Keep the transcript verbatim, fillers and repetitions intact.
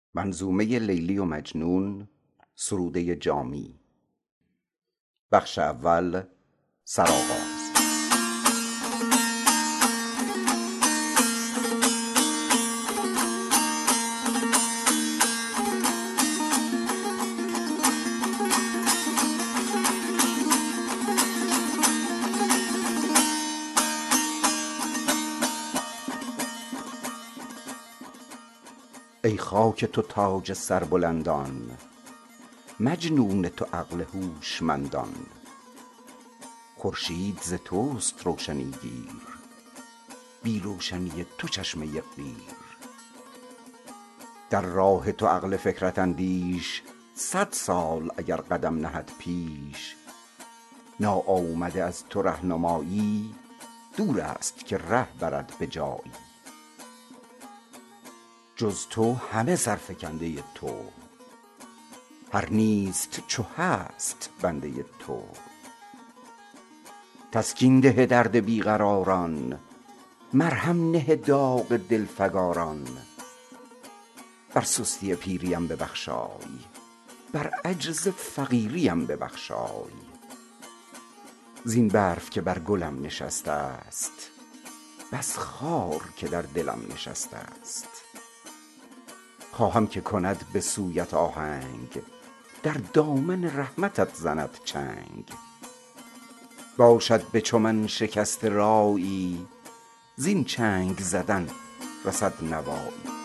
منظومه لیلی و مجنون سروده جامی بخش اول سرآغاز. ای خاک تو تاج سربلندان، مجنون تو عقل هوشمندان. خورشید ز توست روشنی گیر، بی روشنی تو چشمه قیر. در راه تو عقل فکرت اندیش، صد سال اگر قدم نهد پیش. ناآمده از تو رهنمایی، دور است که ره برد به جایی. جز تو همه سرفکنده تو، هر نیست چو هست بنده تو. تسکین ده درد بیقراران، مرهم نه داغ دلفگاران. بر سستی پیریم ببخشای، بر عجز فقیریم ببخشای. زین برف که بر گلم نشسته است، بس خار که در دلم نشسته است. خواهم که کند به سویت آهنگ، در دامن رحمتت زند چنگ. باشد به چو من شکسته رایی، زین چنگ زدن رسد نوایی.